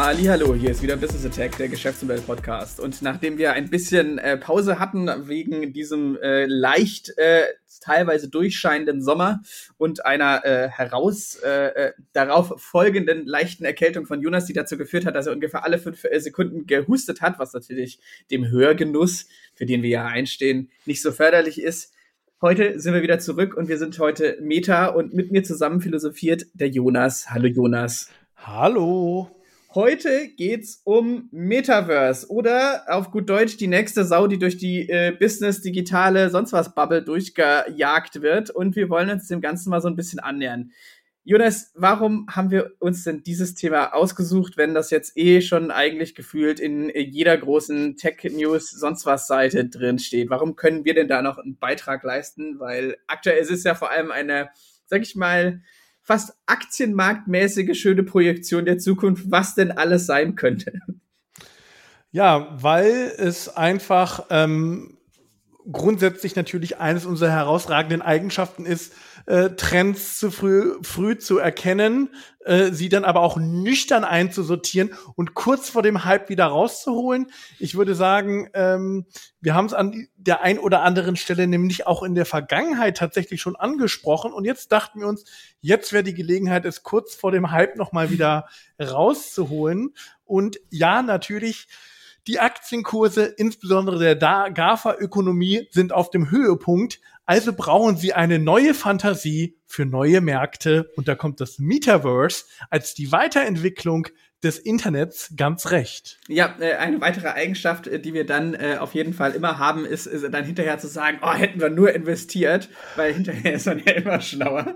Hallihallo, hier ist wieder Business Attack, der Geschäftsmodell-Podcast. Und nachdem wir ein bisschen Pause hatten wegen diesem leicht teilweise durchscheinenden Sommer und einer darauf folgenden leichten Erkältung von Jonas, die dazu geführt hat, dass er ungefähr alle 5 Sekunden gehustet hat, was natürlich dem Hörgenuss, für den wir ja einstehen, nicht so förderlich ist. Heute sind wir wieder zurück und wir sind heute Meta und mit mir zusammen philosophiert der Jonas. Hallo Jonas. Hallo. Heute geht's um Metaverse oder auf gut Deutsch die nächste Sau, die durch die Business, digitale, sonst was Bubble durchgejagt wird. Und wir wollen uns dem Ganzen mal so ein bisschen annähern. Jonas, warum haben wir uns denn dieses Thema ausgesucht, wenn das jetzt schon eigentlich gefühlt in jeder großen Tech-News, sonst was Seite drin steht? Warum können wir denn da noch einen Beitrag leisten? Weil aktuell ist es ja vor allem eine, sag ich mal, fast aktienmarktmäßige schöne Projektion der Zukunft, was denn alles sein könnte. Ja, weil es einfach grundsätzlich natürlich eines unserer herausragenden Eigenschaften ist, Trends zu früh zu erkennen, sie dann aber auch nüchtern einzusortieren und kurz vor dem Hype wieder rauszuholen. Ich würde sagen, wir haben es an der ein oder anderen Stelle nämlich auch in der Vergangenheit tatsächlich schon angesprochen und jetzt dachten wir uns, jetzt wäre die Gelegenheit, es kurz vor dem Hype nochmal wieder rauszuholen. Und ja, natürlich, die Aktienkurse, insbesondere der GAFA-Ökonomie, sind auf dem Höhepunkt. Also brauchen sie eine neue Fantasie für neue Märkte. Und da kommt das Metaverse als die Weiterentwicklung des Internets ganz recht. Ja, eine weitere Eigenschaft, die wir dann auf jeden Fall immer haben, ist dann hinterher zu sagen, oh, hätten wir nur investiert, weil hinterher ist man ja immer schlauer.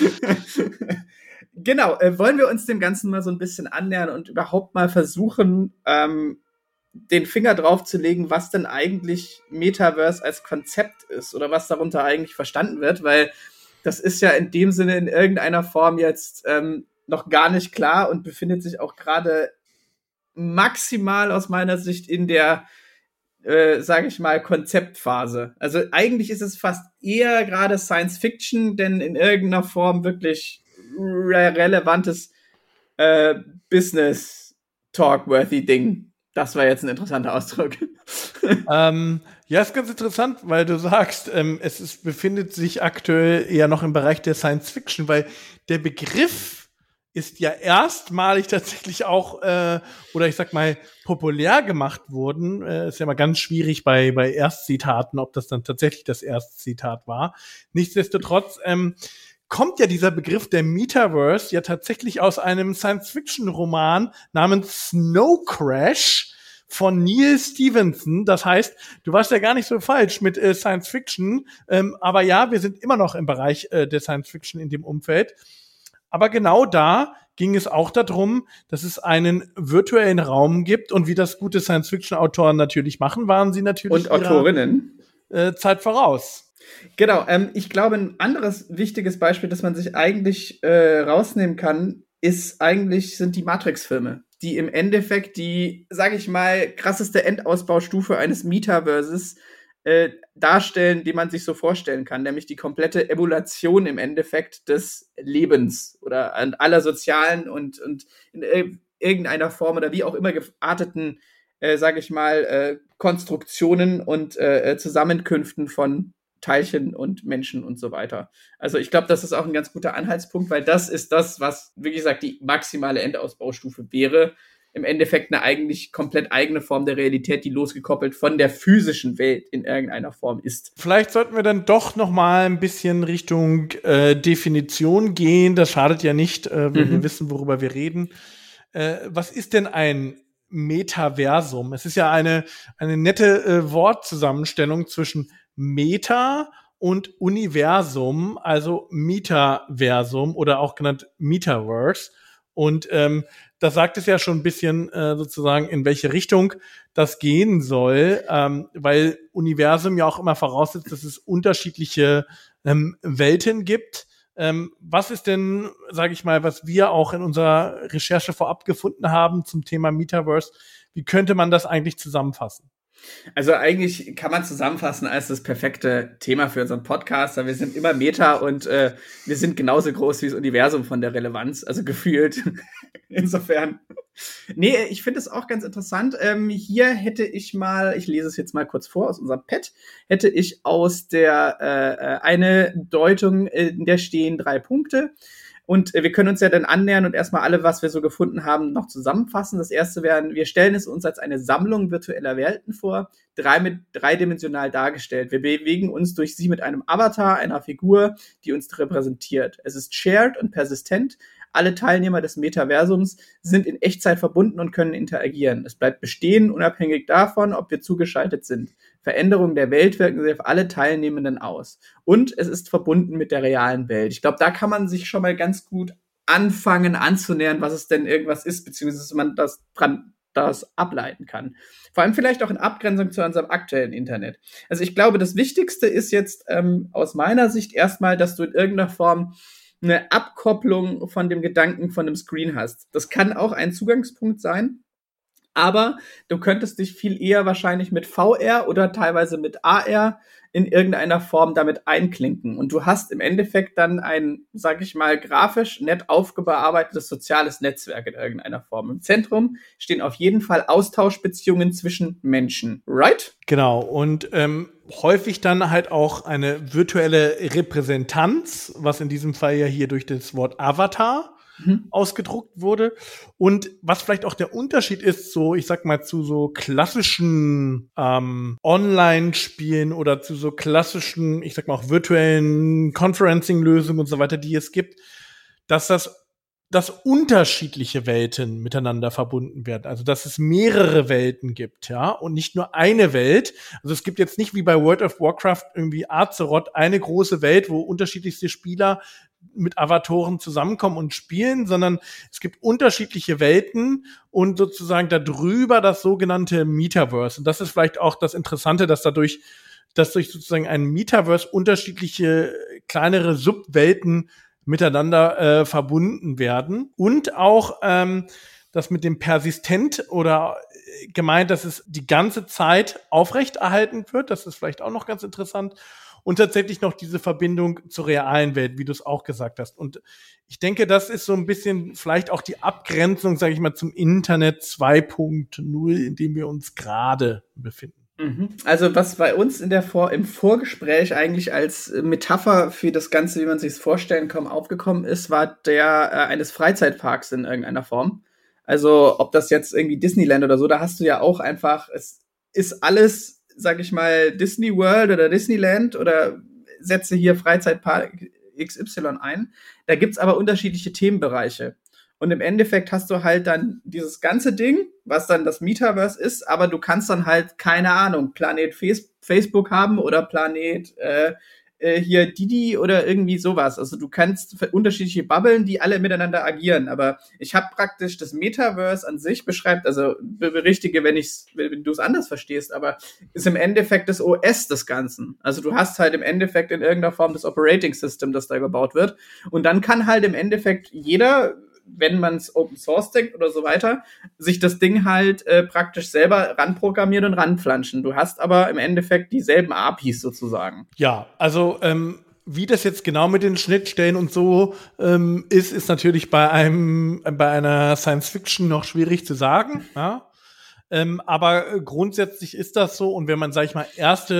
Genau, wollen wir uns dem Ganzen mal so ein bisschen annähern und überhaupt mal versuchen, den Finger drauf zu legen, was denn eigentlich Metaverse als Konzept ist oder was darunter eigentlich verstanden wird, weil das ist ja in dem Sinne in irgendeiner Form jetzt noch gar nicht klar und befindet sich auch gerade maximal aus meiner Sicht in der, sage ich mal, Konzeptphase. Also eigentlich ist es fast eher gerade Science Fiction, denn in irgendeiner Form wirklich relevantes Business-Talk-worthy Ding. Das war jetzt ein interessanter Ausdruck. Ja, ist ganz interessant, weil du sagst, befindet sich aktuell eher noch im Bereich der Science Fiction, weil der Begriff ist ja erstmalig tatsächlich auch, oder ich sag mal, populär gemacht worden. Ist ja mal ganz schwierig bei Erstzitaten, ob das dann tatsächlich das Erstzitat war. Nichtsdestotrotz, kommt ja dieser Begriff der Metaverse ja tatsächlich aus einem Science-Fiction-Roman namens Snow Crash von Neil Stephenson. Das heißt, du warst ja gar nicht so falsch mit Science-Fiction, aber ja, wir sind immer noch im Bereich der Science-Fiction in dem Umfeld. Aber genau da ging es auch darum, dass es einen virtuellen Raum gibt und wie das gute Science-Fiction-Autoren natürlich machen, waren sie natürlich und Autorinnen Zeit voraus. Genau, ich glaube, ein anderes wichtiges Beispiel, das man sich eigentlich rausnehmen kann, sind die Matrix-Filme, die im Endeffekt die, sage ich mal, krasseste Endausbaustufe eines Metaverses darstellen, die man sich so vorstellen kann, nämlich die komplette Emulation im Endeffekt des Lebens oder an aller sozialen und in irgendeiner Form oder wie auch immer gearteten, sage ich mal, Konstruktionen und Zusammenkünften von Teilchen und Menschen und so weiter. Also ich glaube, das ist auch ein ganz guter Anhaltspunkt, weil das ist das, was, wie gesagt, die maximale Endausbaustufe wäre. Im Endeffekt eine eigentlich komplett eigene Form der Realität, die losgekoppelt von der physischen Welt in irgendeiner Form ist. Vielleicht sollten wir dann doch noch mal ein bisschen Richtung Definition gehen. Das schadet ja nicht, wenn wir wissen, worüber wir reden. Was ist denn ein Metaversum? Es ist ja eine nette Wortzusammenstellung zwischen Meta und Universum, also Metaversum oder auch genannt Metaverse. Und das sagt es ja schon ein bisschen sozusagen, in welche Richtung das gehen soll, weil Universum ja auch immer voraussetzt, dass es unterschiedliche Welten gibt. Was ist denn, sage ich mal, was wir auch in unserer Recherche vorab gefunden haben zum Thema Metaverse, wie könnte man das eigentlich zusammenfassen? Also eigentlich kann man zusammenfassen als das perfekte Thema für unseren Podcast. Wir sind immer Meta und wir sind genauso groß wie das Universum von der Relevanz, also gefühlt. Insofern Nee, ich finde es auch ganz interessant. Hier hätte ich mal, ich lese es jetzt mal kurz vor aus unserem Pad, hätte ich aus der eine Deutung, in der stehen 3 Punkte. Und wir können uns ja dann annähern und erstmal alle, was wir so gefunden haben, noch zusammenfassen. Das erste wären, wir stellen es uns als eine Sammlung virtueller Welten vor, dreidimensional dargestellt. Wir bewegen uns durch sie mit einem Avatar, einer Figur, die uns repräsentiert. Es ist shared und persistent. Alle Teilnehmer des Metaversums sind in Echtzeit verbunden und können interagieren. Es bleibt bestehen, unabhängig davon, ob wir zugeschaltet sind. Veränderungen der Welt wirken sich auf alle Teilnehmenden aus. Und es ist verbunden mit der realen Welt. Ich glaube, da kann man sich schon mal ganz gut anfangen anzunähern, was es denn irgendwas ist, beziehungsweise man das ableiten kann. Vor allem vielleicht auch in Abgrenzung zu unserem aktuellen Internet. Also ich glaube, das Wichtigste ist jetzt aus meiner Sicht erstmal, dass du in irgendeiner Form eine Abkopplung von dem Gedanken von dem Screen hast. Das kann auch ein Zugangspunkt sein, aber du könntest dich viel eher wahrscheinlich mit VR oder teilweise mit AR in irgendeiner Form damit einklinken. Und du hast im Endeffekt dann ein, sag ich mal, grafisch nett aufgebearbeitetes soziales Netzwerk in irgendeiner Form. Im Zentrum stehen auf jeden Fall Austauschbeziehungen zwischen Menschen. Right? Genau. Und häufig dann halt auch eine virtuelle Repräsentanz, was in diesem Fall ja hier durch das Wort Avatar ausgedruckt wurde. Und was vielleicht auch der Unterschied ist, so, ich sag mal, zu so klassischen Online-Spielen oder zu so klassischen, ich sag mal auch virtuellen Conferencing-Lösungen und so weiter, die es gibt, dass unterschiedliche Welten miteinander verbunden werden. Also, dass es mehrere Welten gibt, ja, und nicht nur eine Welt. Also, es gibt jetzt nicht wie bei World of Warcraft irgendwie Azeroth eine große Welt, wo unterschiedlichste Spieler mit Avatoren zusammenkommen und spielen, sondern es gibt unterschiedliche Welten und sozusagen darüber das sogenannte Metaverse. Und das ist vielleicht auch das Interessante, dass durch sozusagen ein Metaverse unterschiedliche kleinere Subwelten miteinander verbunden werden. Und auch das mit dem Persistent oder gemeint, dass es die ganze Zeit aufrechterhalten wird. Das ist vielleicht auch noch ganz interessant. Und tatsächlich noch diese Verbindung zur realen Welt, wie du es auch gesagt hast. Und ich denke, das ist so ein bisschen vielleicht auch die Abgrenzung, sage ich mal, zum Internet 2.0, in dem wir uns gerade befinden. Also was bei uns im Vorgespräch eigentlich als Metapher für das Ganze, wie man sich es vorstellen kann, aufgekommen ist, war der eines Freizeitparks in irgendeiner Form. Also ob das jetzt irgendwie Disneyland oder so, da hast du ja auch einfach, es ist alles, sag ich mal, Disney World oder Disneyland oder setze hier Freizeitpark XY ein. Da gibt's aber unterschiedliche Themenbereiche. Und im Endeffekt hast du halt dann dieses ganze Ding, was dann das Metaverse ist, aber du kannst dann halt, keine Ahnung, Planet Facebook haben oder Planet hier Didi oder irgendwie sowas. Also du kannst unterschiedliche Bubblen, die alle miteinander agieren. Aber ich habe praktisch das Metaverse an sich beschreibt, also berichtige, wenn du es anders verstehst, aber ist im Endeffekt das OS des Ganzen. Also du hast halt im Endeffekt in irgendeiner Form das Operating System, das da gebaut wird. Und dann kann halt im Endeffekt jeder, wenn man es Open Source denkt oder so weiter, sich das Ding halt praktisch selber ranprogrammieren und ranflanschen. Du hast aber im Endeffekt dieselben APIs sozusagen. Ja, also wie das jetzt genau mit den Schnittstellen und so ist natürlich bei einer Science Fiction noch schwierig zu sagen. Ja? Aber grundsätzlich ist das so. Und wenn man, sag ich mal,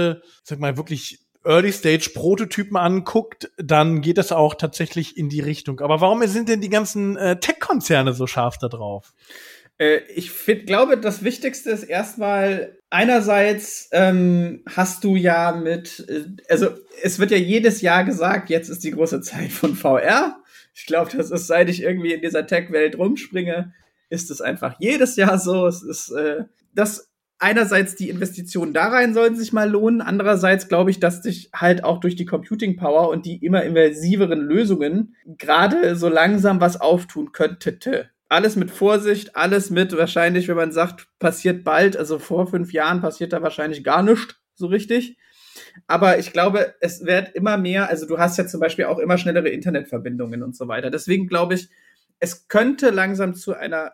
wirklich Early-Stage-Prototypen anguckt, dann geht das auch tatsächlich in die Richtung. Aber warum sind denn die ganzen Tech-Konzerne so scharf da drauf? Ich glaube, das Wichtigste ist erstmal, einerseits hast du ja also es wird ja jedes Jahr gesagt, jetzt ist die große Zeit von VR. Ich glaube, das ist, seit ich irgendwie in dieser Tech-Welt rumspringe, ist es einfach jedes Jahr so. Es ist das einerseits die Investitionen da rein sollten sich mal lohnen. Andererseits glaube ich, dass sich halt auch durch die Computing Power und die immer immersiveren Lösungen gerade so langsam was auftun könnte. Alles mit Vorsicht, alles mit wahrscheinlich, wenn man sagt, passiert bald, also vor 5 Jahren passiert da wahrscheinlich gar nichts so richtig. Aber ich glaube, es wird immer mehr, also du hast ja zum Beispiel auch immer schnellere Internetverbindungen und so weiter. Deswegen glaube ich, es könnte langsam zu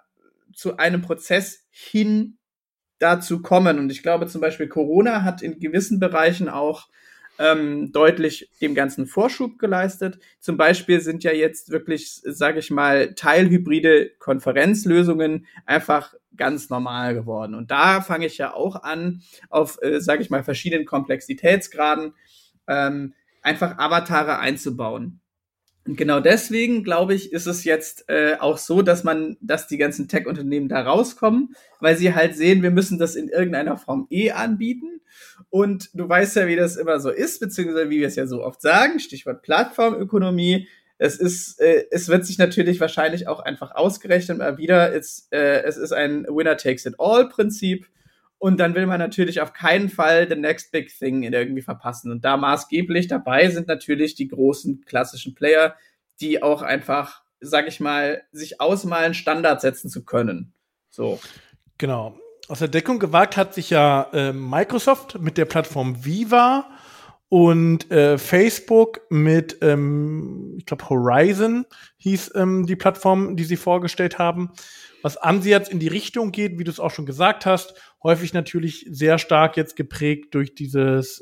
einem Prozess hin dazu kommen. Und ich glaube zum Beispiel, Corona hat in gewissen Bereichen auch deutlich dem ganzen Vorschub geleistet. Zum Beispiel sind ja jetzt wirklich, sage ich mal, teilhybride Konferenzlösungen einfach ganz normal geworden. Und da fange ich ja auch an, auf, sage ich mal, verschiedenen Komplexitätsgraden einfach Avatare einzubauen. Und genau deswegen, glaube ich, ist es jetzt auch so, dass die ganzen Tech-Unternehmen da rauskommen, weil sie halt sehen, wir müssen das in irgendeiner Form anbieten. Und du weißt ja, wie das immer so ist, beziehungsweise wie wir es ja so oft sagen, Stichwort Plattformökonomie. Es wird sich natürlich wahrscheinlich auch einfach ausgerechnet mal wieder, es ist ein Winner-takes-it-all-Prinzip. Und dann will man natürlich auf keinen Fall the next big thing irgendwie verpassen. Und da maßgeblich dabei sind natürlich die großen klassischen Player, die auch einfach, sag ich mal, sich ausmalen, Standards setzen zu können. So. Genau. Aus der Deckung gewagt hat sich ja Microsoft mit der Plattform Viva und Facebook mit, ich glaube, Horizon hieß die Plattform, die sie vorgestellt haben. Was Ansatz in die Richtung geht, wie du es auch schon gesagt hast, häufig natürlich sehr stark jetzt geprägt durch dieses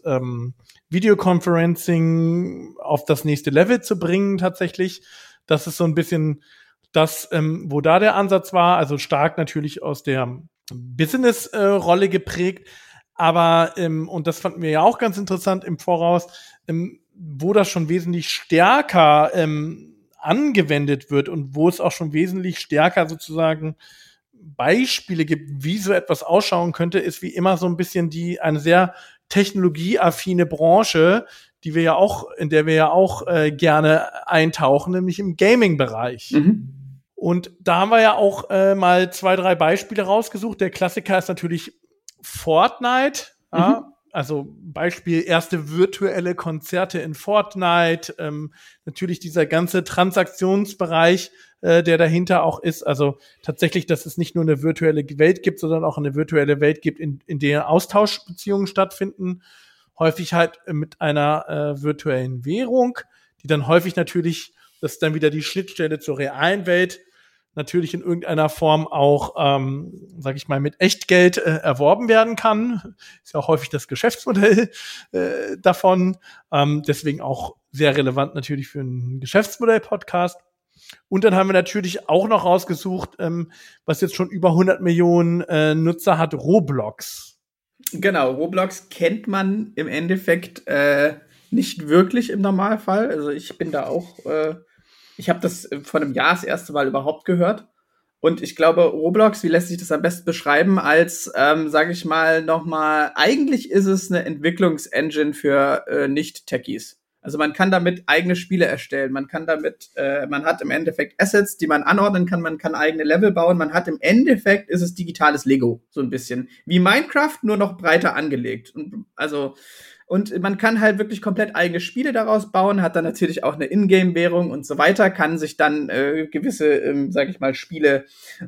Videoconferencing auf das nächste Level zu bringen tatsächlich. Das ist so ein bisschen das, wo da der Ansatz war. Also stark natürlich aus der Business-Rolle geprägt. Aber, und das fanden wir ja auch ganz interessant im Voraus, wo das schon wesentlich stärker angewendet wird und wo es auch schon wesentlich stärker sozusagen Beispiele gibt, wie so etwas ausschauen könnte, ist wie immer so ein bisschen eine sehr technologieaffine Branche, in der wir ja auch gerne eintauchen, nämlich im Gaming-Bereich. Mhm. Und da haben wir ja auch mal 2, 3 Beispiele rausgesucht. Der Klassiker ist natürlich Fortnite. Mhm. Ja. Also Beispiel erste virtuelle Konzerte in Fortnite, natürlich dieser ganze Transaktionsbereich, der dahinter auch ist. Also tatsächlich, dass es nicht nur eine virtuelle Welt gibt, sondern auch eine virtuelle Welt gibt, in der Austauschbeziehungen stattfinden. Häufig halt mit einer virtuellen Währung, die dann häufig natürlich, das ist dann wieder die Schnittstelle zur realen Welt, natürlich in irgendeiner Form auch, sag ich mal, mit Echtgeld erworben werden kann. Ist ja auch häufig das Geschäftsmodell davon. Deswegen auch sehr relevant natürlich für einen Geschäftsmodell-Podcast. Und dann haben wir natürlich auch noch rausgesucht, was jetzt schon über 100 Millionen Nutzer hat, Roblox. Genau, Roblox kennt man im Endeffekt nicht wirklich im Normalfall. Also ich bin da auch ich habe das vor einem Jahr das erste Mal überhaupt gehört. Und ich glaube, Roblox, wie lässt sich das am besten beschreiben, als, sage ich mal, nochmal, eigentlich ist es eine Entwicklungsengine für Nicht-Techies. Also man kann damit eigene Spiele erstellen, man hat im Endeffekt Assets, die man anordnen kann, man kann eigene Level bauen, man hat im Endeffekt, ist es digitales Lego, so ein bisschen. Wie Minecraft, nur noch breiter angelegt. Und man kann halt wirklich komplett eigene Spiele daraus bauen, hat dann natürlich auch eine Ingame-Währung und so weiter, kann sich dann gewisse, sag ich mal, Spiele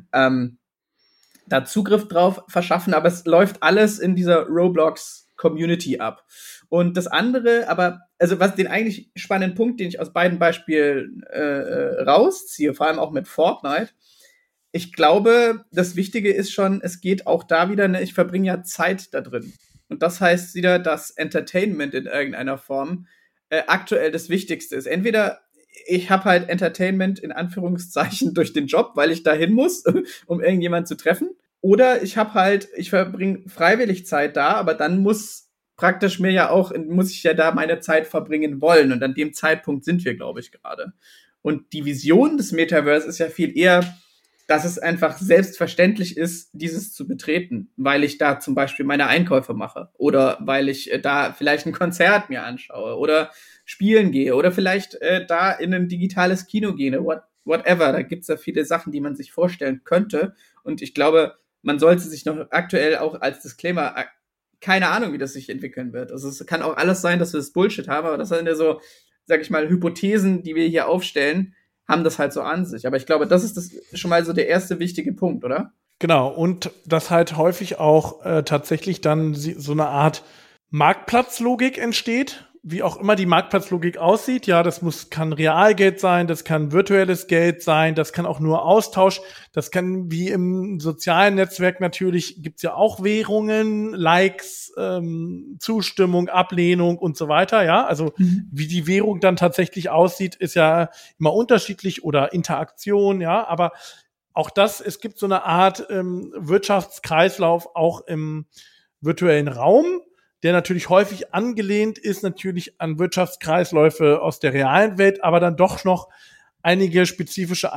da Zugriff drauf verschaffen, aber es läuft alles in dieser Roblox-Community ab. Und das andere, also was den eigentlich spannenden Punkt, den ich aus beiden Beispielen rausziehe, vor allem auch mit Fortnite, ich glaube, das Wichtige ist schon, es geht auch da wieder, ich verbringe ja Zeit da drin. Und das heißt wieder, dass Entertainment in irgendeiner Form aktuell das Wichtigste ist. Entweder ich habe halt Entertainment in Anführungszeichen durch den Job, weil ich dahin muss, um irgendjemanden zu treffen. Oder ich verbringe freiwillig Zeit da, aber dann muss ich ja da meine Zeit verbringen wollen. Und an dem Zeitpunkt sind wir, glaube ich, gerade. Und die Vision des Metaverse ist ja viel eher, dass es einfach selbstverständlich ist, dieses zu betreten, weil ich da zum Beispiel meine Einkäufe mache oder weil ich da vielleicht ein Konzert mir anschaue oder spielen gehe oder vielleicht da in ein digitales Kino gehe, whatever. Da gibt's ja viele Sachen, die man sich vorstellen könnte. Und ich glaube, man sollte sich noch aktuell auch als Disclaimer, keine Ahnung, wie das sich entwickeln wird. Also es kann auch alles sein, dass wir das Bullshit haben, aber das sind ja so, sag ich mal, Hypothesen, die wir hier aufstellen, haben das halt so an sich. Aber ich glaube, das ist schon mal so der erste wichtige Punkt, oder? Genau, und dass halt häufig auch tatsächlich dann so eine Art Marktplatzlogik entsteht, wie auch immer die Marktplatzlogik aussieht, ja, kann Realgeld sein, das kann virtuelles Geld sein, das kann auch nur Austausch, das kann wie im sozialen Netzwerk natürlich, gibt's ja auch Währungen, Likes, Zustimmung, Ablehnung und so weiter, ja, also wie die Währung dann tatsächlich aussieht, ist ja immer unterschiedlich oder Interaktion, ja, aber auch es gibt so eine Art Wirtschaftskreislauf auch im virtuellen Raum, der natürlich häufig angelehnt ist, natürlich an Wirtschaftskreisläufe aus der realen Welt, aber dann doch noch einige spezifische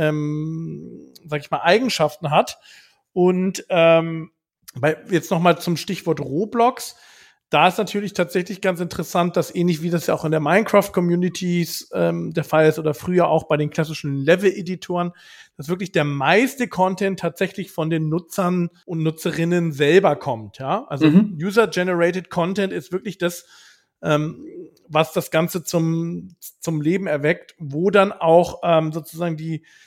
Eigenschaften hat. Und jetzt nochmal zum Stichwort Roblox. Da ist natürlich tatsächlich ganz interessant, dass ähnlich wie das ja auch in der Minecraft-Communities der Fall ist oder früher auch bei den klassischen Level-Editoren, dass wirklich der meiste Content tatsächlich von den Nutzern und Nutzerinnen selber kommt. Ja, also User-Generated Content ist wirklich das, was das Ganze zum Leben erweckt, wo dann auch sozusagen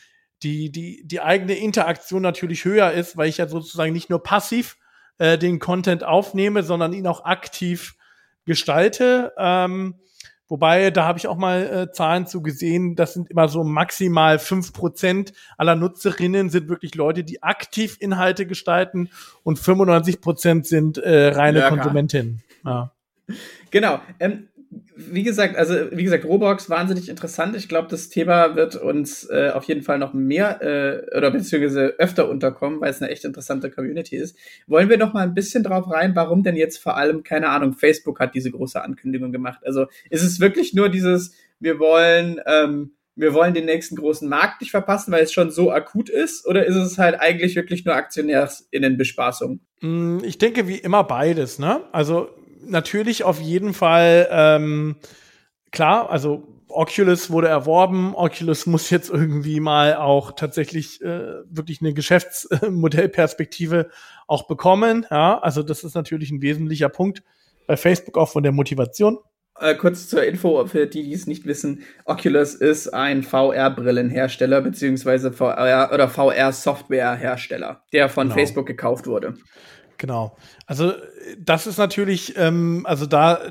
die eigene Interaktion natürlich höher ist, weil ich ja sozusagen nicht nur passiv den Content aufnehme, sondern ihn auch aktiv gestalte. Wobei, da habe ich auch mal Zahlen zu gesehen, das sind immer so maximal 5% aller Nutzerinnen sind wirklich Leute, die aktiv Inhalte gestalten und 95% sind reine Konsumentinnen. Ja. Genau. Wie gesagt, Roblox wahnsinnig interessant. Ich glaube, das Thema wird uns auf jeden Fall noch mehr oder beziehungsweise öfter unterkommen, weil es eine echt interessante Community ist. Wollen wir noch mal ein bisschen drauf rein, warum denn jetzt vor allem, keine Ahnung, Facebook hat diese große Ankündigung gemacht? Also ist es wirklich nur dieses, wir wollen den nächsten großen Markt nicht verpassen, weil es schon so akut ist? Oder ist es halt eigentlich wirklich nur AktionärsInnenbespaßung? Ich denke, wie immer beides, ne? Also natürlich auf jeden Fall, klar, also Oculus wurde erworben, Oculus muss jetzt irgendwie mal auch tatsächlich wirklich eine Geschäftsmodellperspektive auch bekommen, ja, also das ist natürlich ein wesentlicher Punkt bei Facebook auch von der Motivation. Kurz zur Info für die es nicht wissen, Oculus ist ein VR-Brillenhersteller beziehungsweise VR-Softwarehersteller, der von Facebook gekauft wurde. Genau. Also das ist natürlich, also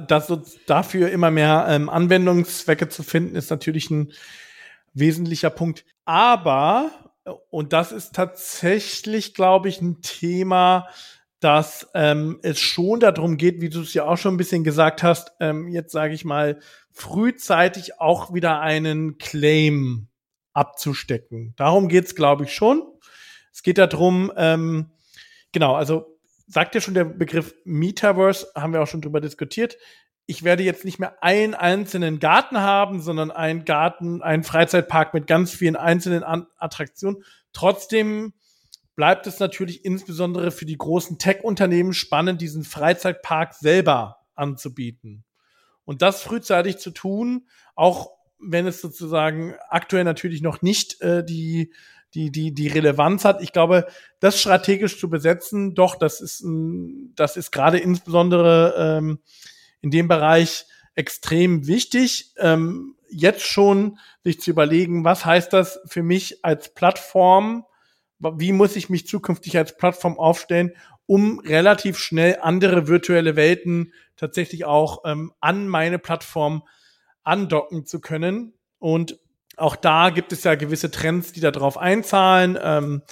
dafür immer mehr Anwendungszwecke zu finden, ist natürlich ein wesentlicher Punkt. Aber, und das ist tatsächlich, glaube ich, ein Thema, dass es schon darum geht, wie du es ja auch schon ein bisschen gesagt hast, jetzt sage ich mal, frühzeitig auch wieder einen Claim abzustecken. Darum geht's, glaube ich, schon. Es geht darum, genau, also sagt ja schon der Begriff Metaverse, haben wir auch schon drüber diskutiert. Ich werde jetzt nicht mehr einen einzelnen Garten haben, sondern einen Freizeitpark mit ganz vielen einzelnen Attraktionen. Trotzdem bleibt es natürlich insbesondere für die großen Tech-Unternehmen spannend, diesen Freizeitpark selber anzubieten. Und das frühzeitig zu tun, auch wenn es sozusagen aktuell natürlich noch nicht die Relevanz hat. Ich glaube, das strategisch zu besetzen, doch, das ist gerade insbesondere in dem Bereich extrem wichtig. Jetzt schon sich zu überlegen, was heißt das für mich als Plattform? Wie muss ich mich zukünftig als Plattform aufstellen, um relativ schnell andere virtuelle Welten tatsächlich auch an meine Plattform andocken zu können? Und auch da gibt es ja gewisse Trends, die da drauf einzahlen.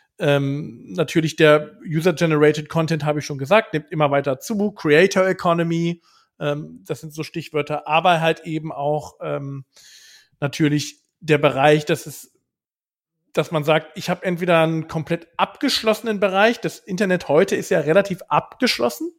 Natürlich der User-Generated Content, habe ich schon gesagt, nimmt immer weiter zu. Creator Economy, das sind so Stichwörter, aber halt eben auch natürlich der Bereich, dass man sagt, ich habe entweder einen komplett abgeschlossenen Bereich. Das Internet heute ist ja relativ abgeschlossen.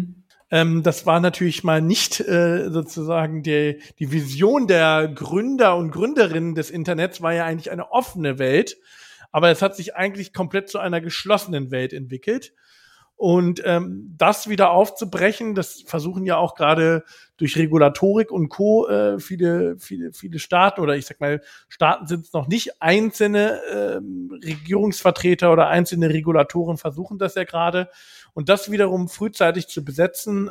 Das war natürlich mal nicht sozusagen die Vision der Gründer und Gründerinnen des Internets, war ja eigentlich eine offene Welt. Aber es hat sich eigentlich komplett zu einer geschlossenen Welt entwickelt. Und das wieder aufzubrechen, das versuchen ja auch gerade durch Regulatorik und Co. viele Staaten, oder ich sag mal, Staaten sind es noch nicht, einzelne Regierungsvertreter oder einzelne Regulatoren versuchen das ja gerade. Und das wiederum frühzeitig zu besetzen,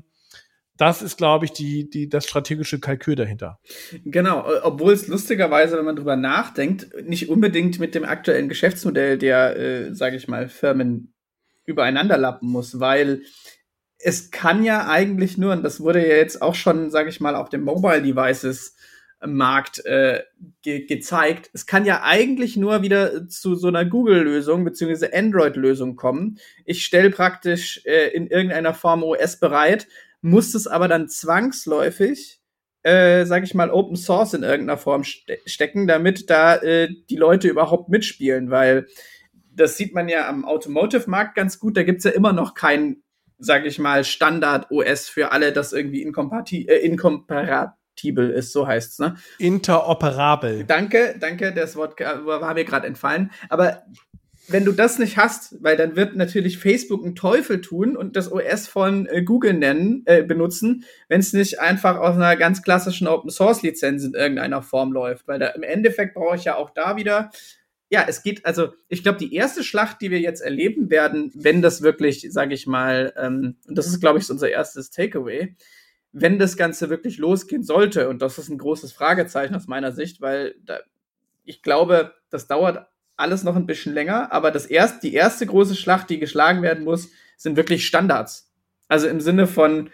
das ist, glaube ich, das strategische Kalkül dahinter. Genau, obwohl es lustigerweise, wenn man drüber nachdenkt, nicht unbedingt mit dem aktuellen Geschäftsmodell der, sage ich mal, Firmen übereinander lappen muss, weil es kann ja eigentlich nur, und das wurde ja jetzt auch schon, sage ich mal, auf dem Mobile Devices Markt gezeigt, es kann ja eigentlich nur wieder zu so einer Google-Lösung beziehungsweise Android-Lösung kommen. Ich stelle praktisch in irgendeiner Form OS bereit, muss es aber dann zwangsläufig, sage ich mal, Open Source in irgendeiner Form stecken, damit da die Leute überhaupt mitspielen, weil das sieht man ja am Automotive-Markt ganz gut, da gibt's ja immer noch kein, sage ich mal, Standard-OS für alle, das irgendwie inkompatibel ist, so heißt's, ne? Interoperabel. Danke, das Wort war mir gerade entfallen. Aber wenn du das nicht hast, weil dann wird natürlich Facebook einen Teufel tun und das OS von Google benutzen, wenn es nicht einfach aus einer ganz klassischen Open-Source-Lizenz in irgendeiner Form läuft. Weil da im Endeffekt brauche ich ja auch da wieder, ja, es geht, also ich glaube, die erste Schlacht, die wir jetzt erleben werden, wenn das wirklich, sage ich mal, und das ist, glaube ich, unser erstes Takeaway, wenn das Ganze wirklich losgehen sollte, und das ist ein großes Fragezeichen aus meiner Sicht, weil ich glaube, das dauert alles noch ein bisschen länger, aber die erste große Schlacht, die geschlagen werden muss, sind wirklich Standards. Also im Sinne von,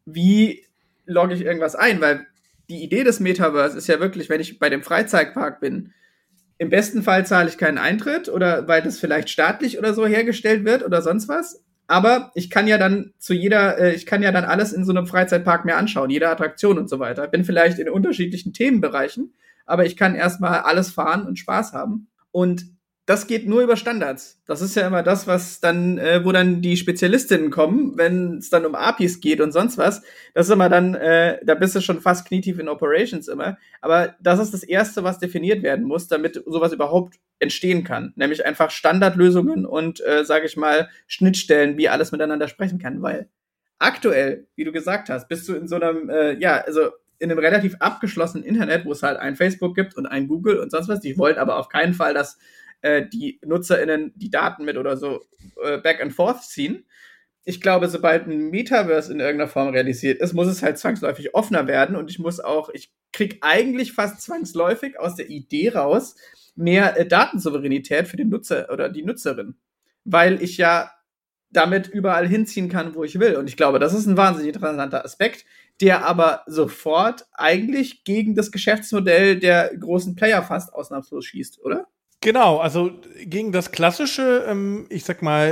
wie logge ich irgendwas ein, weil die Idee des Metaverse ist ja wirklich, wenn ich bei dem Freizeitpark bin, im besten Fall zahle ich keinen Eintritt oder weil das vielleicht staatlich oder so hergestellt wird oder sonst was. Aber ich kann ja dann ich kann ja dann alles in so einem Freizeitpark mir anschauen, jede Attraktion und so weiter. Bin vielleicht in unterschiedlichen Themenbereichen, aber ich kann erstmal alles fahren und Spaß haben. Und das geht nur über Standards. Das ist ja immer das, was dann, wo dann die Spezialistinnen kommen, wenn es dann um APIs geht und sonst was. Das ist immer dann, da bist du schon fast knietief in Operations immer. Aber das ist das Erste, was definiert werden muss, damit sowas überhaupt entstehen kann. Nämlich einfach Standardlösungen und, sage ich mal, Schnittstellen, wie alles miteinander sprechen kann. Weil aktuell, wie du gesagt hast, bist du in so einem, also in einem relativ abgeschlossenen Internet, wo es halt ein Facebook gibt und ein Google und sonst was. Die wollen aber auf keinen Fall, dass die NutzerInnen die Daten mit oder so back and forth ziehen. Ich glaube, sobald ein Metaverse in irgendeiner Form realisiert ist, muss es halt zwangsläufig offener werden und ich krieg eigentlich fast zwangsläufig aus der Idee raus mehr Datensouveränität für den Nutzer oder die Nutzerin, weil ich ja damit überall hinziehen kann, wo ich will. Und ich glaube, das ist ein wahnsinnig interessanter Aspekt, der aber sofort eigentlich gegen das Geschäftsmodell der großen Player fast ausnahmslos schießt, oder? Genau, also gegen das klassische, ich sag mal,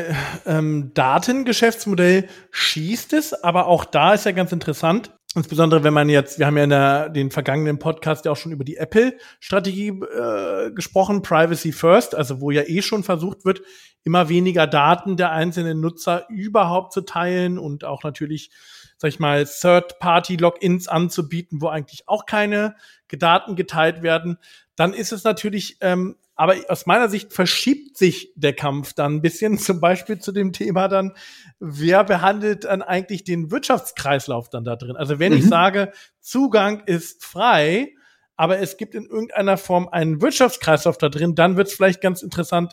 Datengeschäftsmodell schießt es, aber auch da ist ja ganz interessant, insbesondere wenn man jetzt, wir haben ja in den vergangenen Podcast ja auch schon über die Apple-Strategie gesprochen, Privacy First, also wo ja schon versucht wird, immer weniger Daten der einzelnen Nutzer überhaupt zu teilen und auch natürlich, sag ich mal, Third-Party-Logins anzubieten, wo eigentlich auch keine Daten geteilt werden. Dann ist es natürlich, aber aus meiner Sicht verschiebt sich der Kampf dann ein bisschen, zum Beispiel zu dem Thema dann, wer behandelt dann eigentlich den Wirtschaftskreislauf dann da drin? Also wenn ich sage, Zugang ist frei, aber es gibt in irgendeiner Form einen Wirtschaftskreislauf da drin, dann wird es vielleicht ganz interessant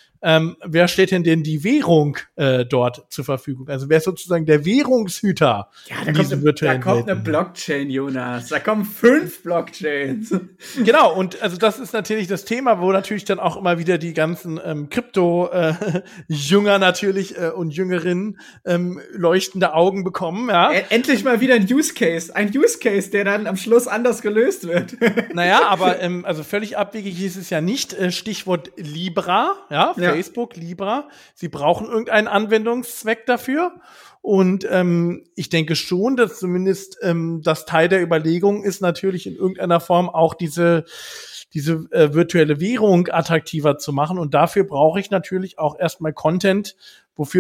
wer stellt denn die Währung dort zur Verfügung? Also wer ist sozusagen der Währungshüter? Ja, da kommt eine Blockchain, Jonas. Da kommen 5 Blockchains. Genau, und also das ist natürlich das Thema, wo natürlich dann auch immer wieder die ganzen Krypto-Jünger natürlich und Jüngerinnen leuchtende Augen bekommen. Ja. Endlich mal wieder ein Use Case, der dann am Schluss anders gelöst wird. Naja, aber also völlig abwegig ist es ja nicht. Stichwort Libra, ja. Facebook, Libra. Sie brauchen irgendeinen Anwendungszweck dafür. Und ich denke schon, dass zumindest das Teil der Überlegung ist, natürlich in irgendeiner Form auch diese virtuelle Währung attraktiver zu machen. Und dafür brauche ich natürlich auch erstmal Content, wofür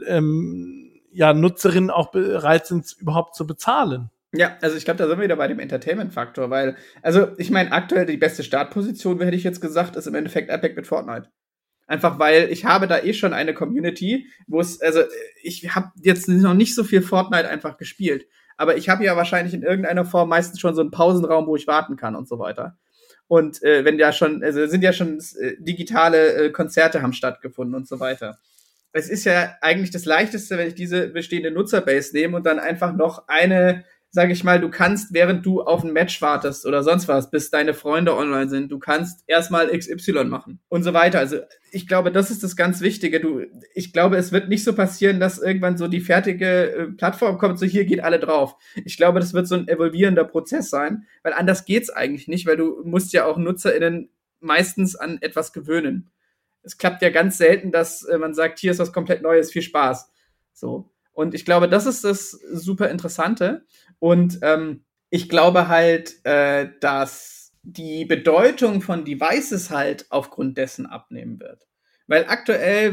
Nutzerinnen auch bereit sind, überhaupt zu bezahlen. Ja, also ich glaube, da sind wir wieder bei dem Entertainment-Faktor, weil, also ich meine, aktuell die beste Startposition, hätte ich jetzt gesagt, ist im Endeffekt Epic mit Fortnite. Einfach weil ich habe da schon eine Community, ich habe jetzt noch nicht so viel Fortnite einfach gespielt, aber ich habe ja wahrscheinlich in irgendeiner Form meistens schon so einen Pausenraum, wo ich warten kann und so weiter. Und sind ja schon digitale Konzerte haben stattgefunden und so weiter. Es ist ja eigentlich das Leichteste, wenn ich diese bestehende Nutzerbase nehme und dann einfach noch eine sage ich mal, du kannst, während du auf ein Match wartest oder sonst was, bis deine Freunde online sind, du kannst erstmal XY machen und so weiter. Also ich glaube, das ist das ganz Wichtige. Ich glaube, es wird nicht so passieren, dass irgendwann so die fertige Plattform kommt, so hier geht alle drauf. Ich glaube, das wird so ein evolvierender Prozess sein, weil anders geht's eigentlich nicht, weil du musst ja auch NutzerInnen meistens an etwas gewöhnen. Es klappt ja ganz selten, dass man sagt, hier ist was komplett Neues, viel Spaß. So. Und ich glaube, das ist das super Interessante. Und ich glaube halt, dass die Bedeutung von Devices halt aufgrund dessen abnehmen wird. Weil aktuell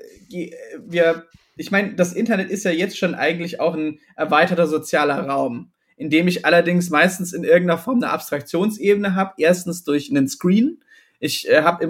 ich meine, das Internet ist ja jetzt schon eigentlich auch ein erweiterter sozialer Raum, in dem ich allerdings meistens in irgendeiner Form eine Abstraktionsebene habe. Erstens durch einen Screen. Ich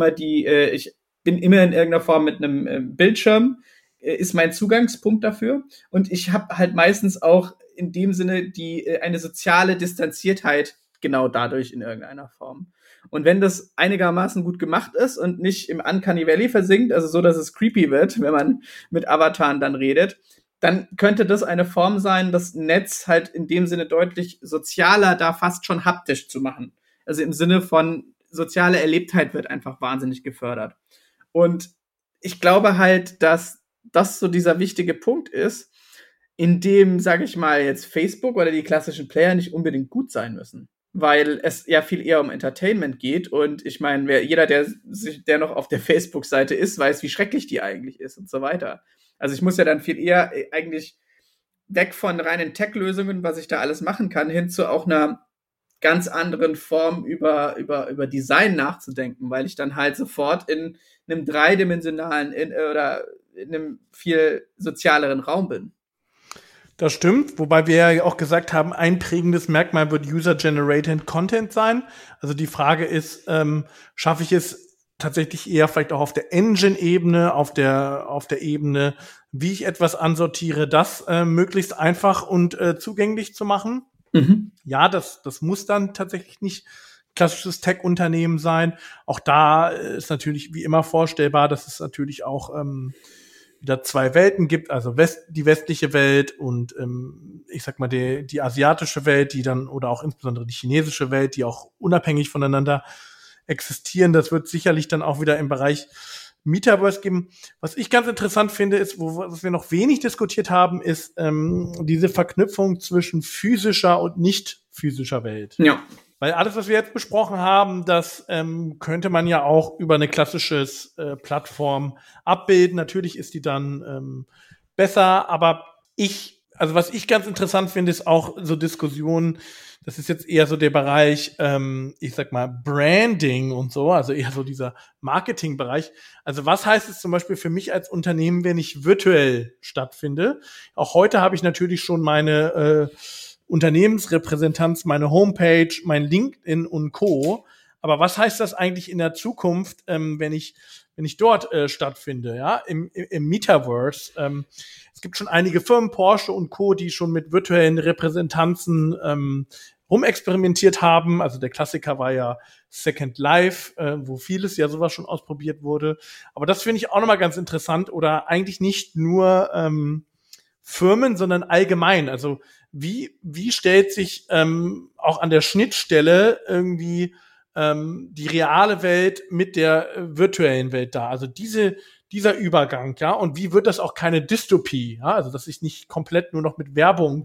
bin immer in irgendeiner Form mit einem Bildschirm, ist mein Zugangspunkt dafür. Und ich habe halt meistens auch in dem Sinne eine soziale Distanziertheit genau dadurch in irgendeiner Form. Und wenn das einigermaßen gut gemacht ist und nicht im Uncanny Valley versinkt, also so, dass es creepy wird, wenn man mit Avataren dann redet, dann könnte das eine Form sein, das Netz halt in dem Sinne deutlich sozialer, da fast schon haptisch zu machen. Also im Sinne von soziale Erlebtheit wird einfach wahnsinnig gefördert. Und ich glaube halt, dass das so dieser wichtige Punkt ist, in dem, sage ich mal, jetzt Facebook oder die klassischen Player nicht unbedingt gut sein müssen. Weil es ja viel eher um Entertainment geht. Und ich meine, jeder, der noch auf der Facebook-Seite ist, weiß, wie schrecklich die eigentlich ist und so weiter. Also ich muss ja dann viel eher eigentlich weg von reinen Tech-Lösungen, was ich da alles machen kann, hin zu auch einer ganz anderen Form über Design nachzudenken, weil ich dann halt sofort in einem dreidimensionalen oder in einem viel sozialeren Raum bin. Das stimmt, wobei wir ja auch gesagt haben, ein prägendes Merkmal wird User-Generated Content sein. Also die Frage ist, schaffe ich es tatsächlich eher vielleicht auch auf der Engine-Ebene, auf der Ebene, wie ich etwas ansortiere, das möglichst einfach und zugänglich zu machen. Mhm. Ja, das muss dann tatsächlich nicht klassisches Tech-Unternehmen sein. Auch da ist natürlich wie immer vorstellbar, dass es natürlich auch wieder zwei Welten gibt, also die westliche Welt und ich sag mal die asiatische Welt, die dann oder auch insbesondere die chinesische Welt, die auch unabhängig voneinander existieren. Das wird sicherlich dann auch wieder im Bereich Metaverse geben. Was ich ganz interessant finde, ist, was wir noch wenig diskutiert haben, ist diese Verknüpfung zwischen physischer und nicht physischer Welt. Ja. Weil alles, was wir jetzt besprochen haben, das könnte man ja auch über eine klassische Plattform abbilden. Natürlich ist die dann besser, aber was ich ganz interessant finde, ist auch so Diskussionen, das ist jetzt eher so der Bereich, ich sag mal, Branding und so, also eher so dieser Marketingbereich. Also was heißt es zum Beispiel für mich als Unternehmen, wenn ich virtuell stattfinde? Auch heute habe ich natürlich schon meine Unternehmensrepräsentanz, meine Homepage, mein LinkedIn und Co. Aber was heißt das eigentlich in der Zukunft, wenn ich dort stattfinde, ja, im Metaverse? Es gibt schon einige Firmen, Porsche und Co., die schon mit virtuellen Repräsentanzen rumexperimentiert haben. Also der Klassiker war ja Second Life, wo vieles ja sowas schon ausprobiert wurde. Aber das finde ich auch nochmal ganz interessant oder eigentlich nicht nur Firmen, sondern allgemein. Also wie stellt sich auch an der Schnittstelle irgendwie die reale Welt mit der virtuellen Welt dar? Also dieser Übergang, ja, und wie wird das auch keine Dystopie, ja, also dass ich nicht komplett nur noch mit Werbung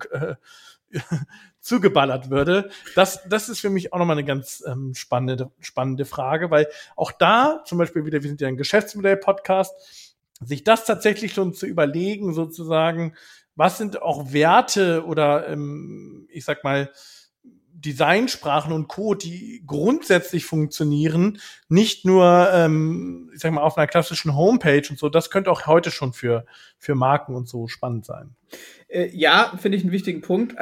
zugeballert würde. Das ist für mich auch nochmal eine ganz spannende Frage, weil auch da zum Beispiel wieder, wir sind ja ein Geschäftsmodell-Podcast, sich das tatsächlich schon zu überlegen, sozusagen, was sind auch Werte oder ich sag mal Designsprachen und Co., die grundsätzlich funktionieren, nicht nur ich sag mal auf einer klassischen Homepage und so. Das könnte auch heute schon für Marken und so spannend sein. Ja, finde ich einen wichtigen Punkt.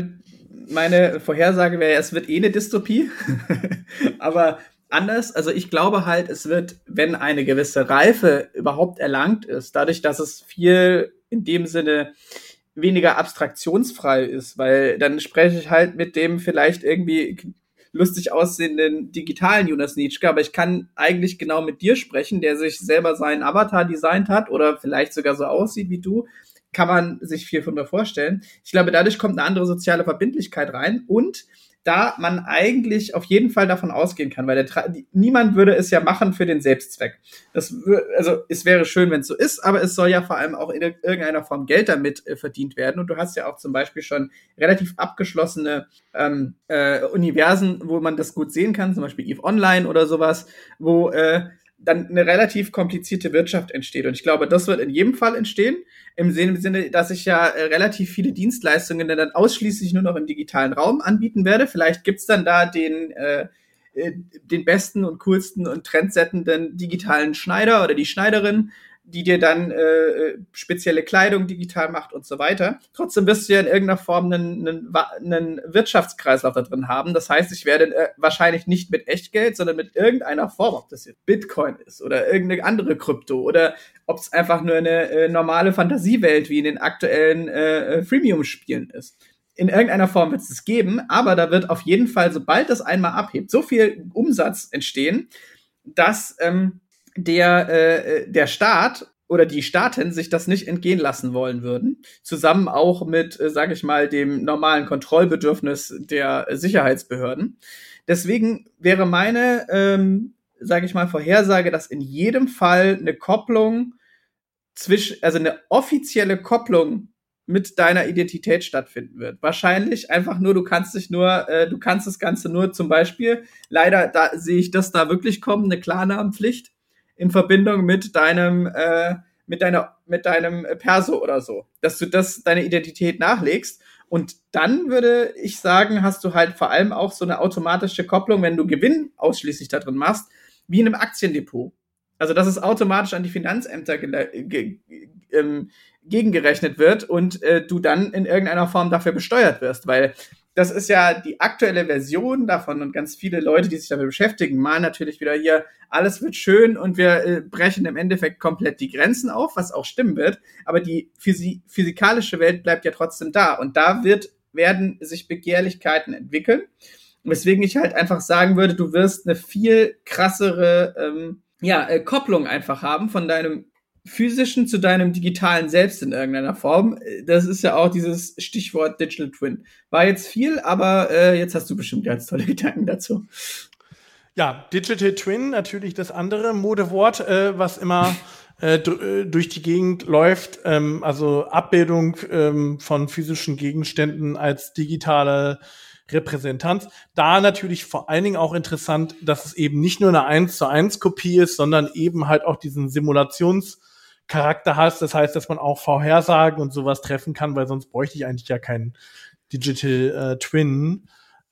Meine Vorhersage wäre, es wird eine Dystopie, aber anders. Also ich glaube halt, es wird, wenn eine gewisse Reife überhaupt erlangt ist, dadurch, dass es viel in dem Sinne weniger abstraktionsfrei ist, weil dann spreche ich halt mit dem vielleicht irgendwie lustig aussehenden digitalen Jonas Nitschke, aber ich kann eigentlich genau mit dir sprechen, der sich selber seinen Avatar designt hat oder vielleicht sogar so aussieht wie du, kann man sich viel von vorstellen. Ich glaube, dadurch kommt eine andere soziale Verbindlichkeit rein und da man eigentlich auf jeden Fall davon ausgehen kann, weil niemand würde es ja machen für den Selbstzweck. Also es wäre schön, wenn es so ist, aber es soll ja vor allem auch in irgendeiner Form Geld damit verdient werden. Und du hast ja auch zum Beispiel schon relativ abgeschlossene Universen, wo man das gut sehen kann, zum Beispiel EVE Online oder sowas, wo dann eine relativ komplizierte Wirtschaft entsteht. Und ich glaube, das wird in jedem Fall entstehen, im Sinne, dass ich ja relativ viele Dienstleistungen dann ausschließlich nur noch im digitalen Raum anbieten werde. Vielleicht gibt's dann da den besten und coolsten und trendsettenden digitalen Schneider oder die Schneiderin, die dir dann spezielle Kleidung digital macht und so weiter. Trotzdem wirst du ja in irgendeiner Form einen Wirtschaftskreislauf da drin haben. Das heißt, ich werde wahrscheinlich nicht mit Echtgeld, sondern mit irgendeiner Form, ob das jetzt Bitcoin ist oder irgendeine andere Krypto oder ob es einfach nur eine normale Fantasiewelt wie in den aktuellen Freemium-Spielen ist. In irgendeiner Form wird es das geben, aber da wird auf jeden Fall, sobald das einmal abhebt, so viel Umsatz entstehen, dass der Staat oder die Staaten sich das nicht entgehen lassen wollen würden, zusammen auch mit, sage ich mal, dem normalen Kontrollbedürfnis der Sicherheitsbehörden. Deswegen wäre meine, sage ich mal, Vorhersage, dass in jedem Fall eine Kopplung also eine offizielle Kopplung mit deiner Identität stattfinden wird. Wahrscheinlich einfach nur, du kannst das Ganze nur zum Beispiel, leider da sehe ich das da wirklich kommen, eine Klarnamenpflicht in Verbindung mit deinem Perso oder so, dass du deine Identität nachlegst. Und dann würde ich sagen, hast du halt vor allem auch so eine automatische Kopplung, wenn du Gewinn ausschließlich da drin machst, wie in einem Aktiendepot. Also, dass es automatisch an die Finanzämter gegengerechnet wird und du dann in irgendeiner Form dafür besteuert wirst, weil das ist ja die aktuelle Version davon und ganz viele Leute, die sich damit beschäftigen, malen natürlich wieder hier, alles wird schön und wir brechen im Endeffekt komplett die Grenzen auf, was auch stimmen wird, aber die physikalische Welt bleibt ja trotzdem da und da werden sich Begehrlichkeiten entwickeln, weswegen ich halt einfach sagen würde, du wirst eine viel krassere Kopplung einfach haben von deinem physischen zu deinem digitalen Selbst in irgendeiner Form. Das ist ja auch dieses Stichwort Digital Twin. War jetzt viel, aber jetzt hast du bestimmt ganz tolle Gedanken dazu. Ja, Digital Twin, natürlich das andere Modewort, was immer durch die Gegend läuft. Also Abbildung von physischen Gegenständen als digitale Repräsentanz. Da natürlich vor allen Dingen auch interessant, dass es eben nicht nur eine 1:1 Kopie ist, sondern eben halt auch diesen Simulationscharakter hat. Das heißt, dass man auch Vorhersagen und sowas treffen kann, weil sonst bräuchte ich eigentlich ja keinen Digital Twin.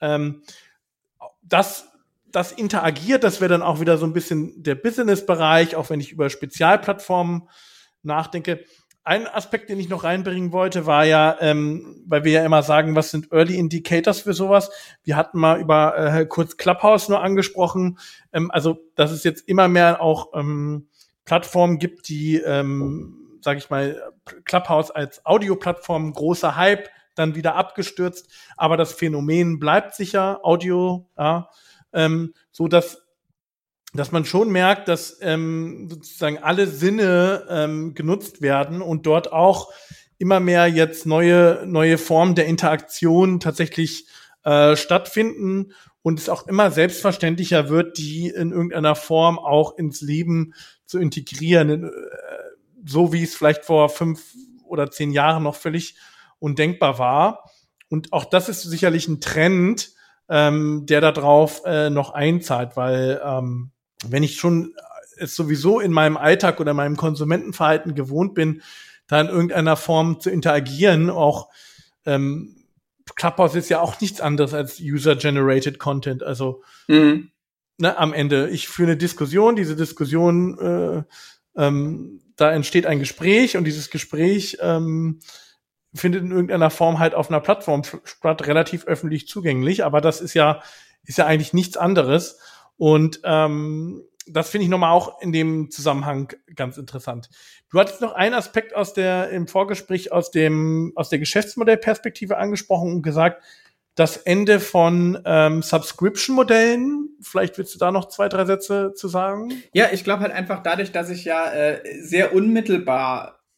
Das interagiert, das wäre dann auch wieder so ein bisschen der Business-Bereich, auch wenn ich über Spezialplattformen nachdenke. Ein Aspekt, den ich noch reinbringen wollte, war ja, weil wir ja immer sagen, was sind Early Indicators für sowas? Wir hatten mal über kurz Clubhouse nur angesprochen. Also, dass es jetzt immer mehr auch Plattformen gibt, die, sage ich mal, Clubhouse als Audioplattform, großer Hype, dann wieder abgestürzt. Aber das Phänomen bleibt sicher, Audio, ja, so dass man schon merkt, dass sozusagen alle Sinne genutzt werden und dort auch immer mehr jetzt neue Formen der Interaktion tatsächlich stattfinden und es auch immer selbstverständlicher wird, die in irgendeiner Form auch ins Leben zu integrieren, so wie es vielleicht vor 5 oder 10 Jahren noch völlig undenkbar war. Und auch das ist sicherlich ein Trend, der da drauf noch einzahlt, weil wenn ich schon es sowieso in meinem Alltag oder meinem Konsumentenverhalten gewohnt bin, da in irgendeiner Form zu interagieren, auch Clubhouse ist ja auch nichts anderes als User-Generated Content, also am Ende, ich führe eine Diskussion, diese Diskussion, da entsteht ein Gespräch und dieses Gespräch findet in irgendeiner Form halt auf einer Plattform statt, relativ öffentlich zugänglich, aber das ist ja eigentlich nichts anderes. Und das finde ich nochmal auch in dem Zusammenhang ganz interessant. Du hattest noch einen Aspekt im Vorgespräch aus der Geschäftsmodellperspektive angesprochen und gesagt, das Ende von Subscription-Modellen. Vielleicht willst du da noch 2, 3 Sätze zu sagen? Ja, ich glaube halt einfach dadurch, dass ich ja sehr unmittelbar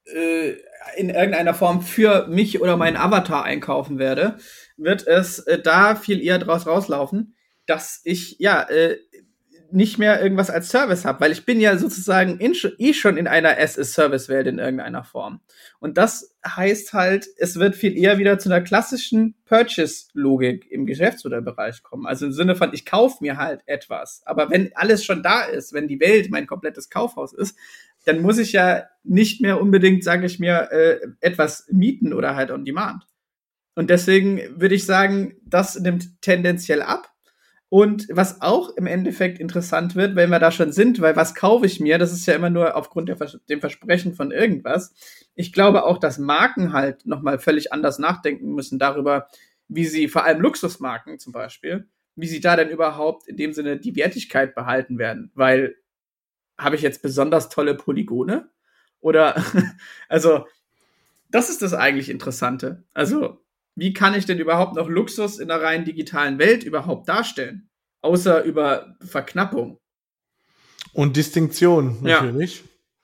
in irgendeiner Form für mich oder meinen Avatar einkaufen werde, wird es da viel eher draus rauslaufen, dass ich nicht mehr irgendwas als Service habe, weil ich bin ja sozusagen schon in einer as-a-Service-Welt in irgendeiner Form. Und das heißt halt, es wird viel eher wieder zu einer klassischen Purchase-Logik im Geschäftsmodellbereich kommen. Also im Sinne von, ich kaufe mir halt etwas. Aber wenn alles schon da ist, wenn die Welt mein komplettes Kaufhaus ist, dann muss ich ja nicht mehr unbedingt, sage ich mir, etwas mieten oder halt on demand. Und deswegen würde ich sagen, das nimmt tendenziell ab. Und was auch im Endeffekt interessant wird, wenn wir da schon sind, weil was kaufe ich mir? Das ist ja immer nur aufgrund dem Versprechen von irgendwas. Ich glaube auch, dass Marken halt nochmal völlig anders nachdenken müssen darüber, wie sie, vor allem Luxusmarken zum Beispiel, wie sie da denn überhaupt in dem Sinne die Wertigkeit behalten werden. Weil, habe ich jetzt besonders tolle Polygone? Oder, also, das ist das eigentlich Interessante. Also, wie kann ich denn überhaupt noch Luxus in der rein digitalen Welt überhaupt darstellen? Außer über Verknappung. Und Distinktion natürlich.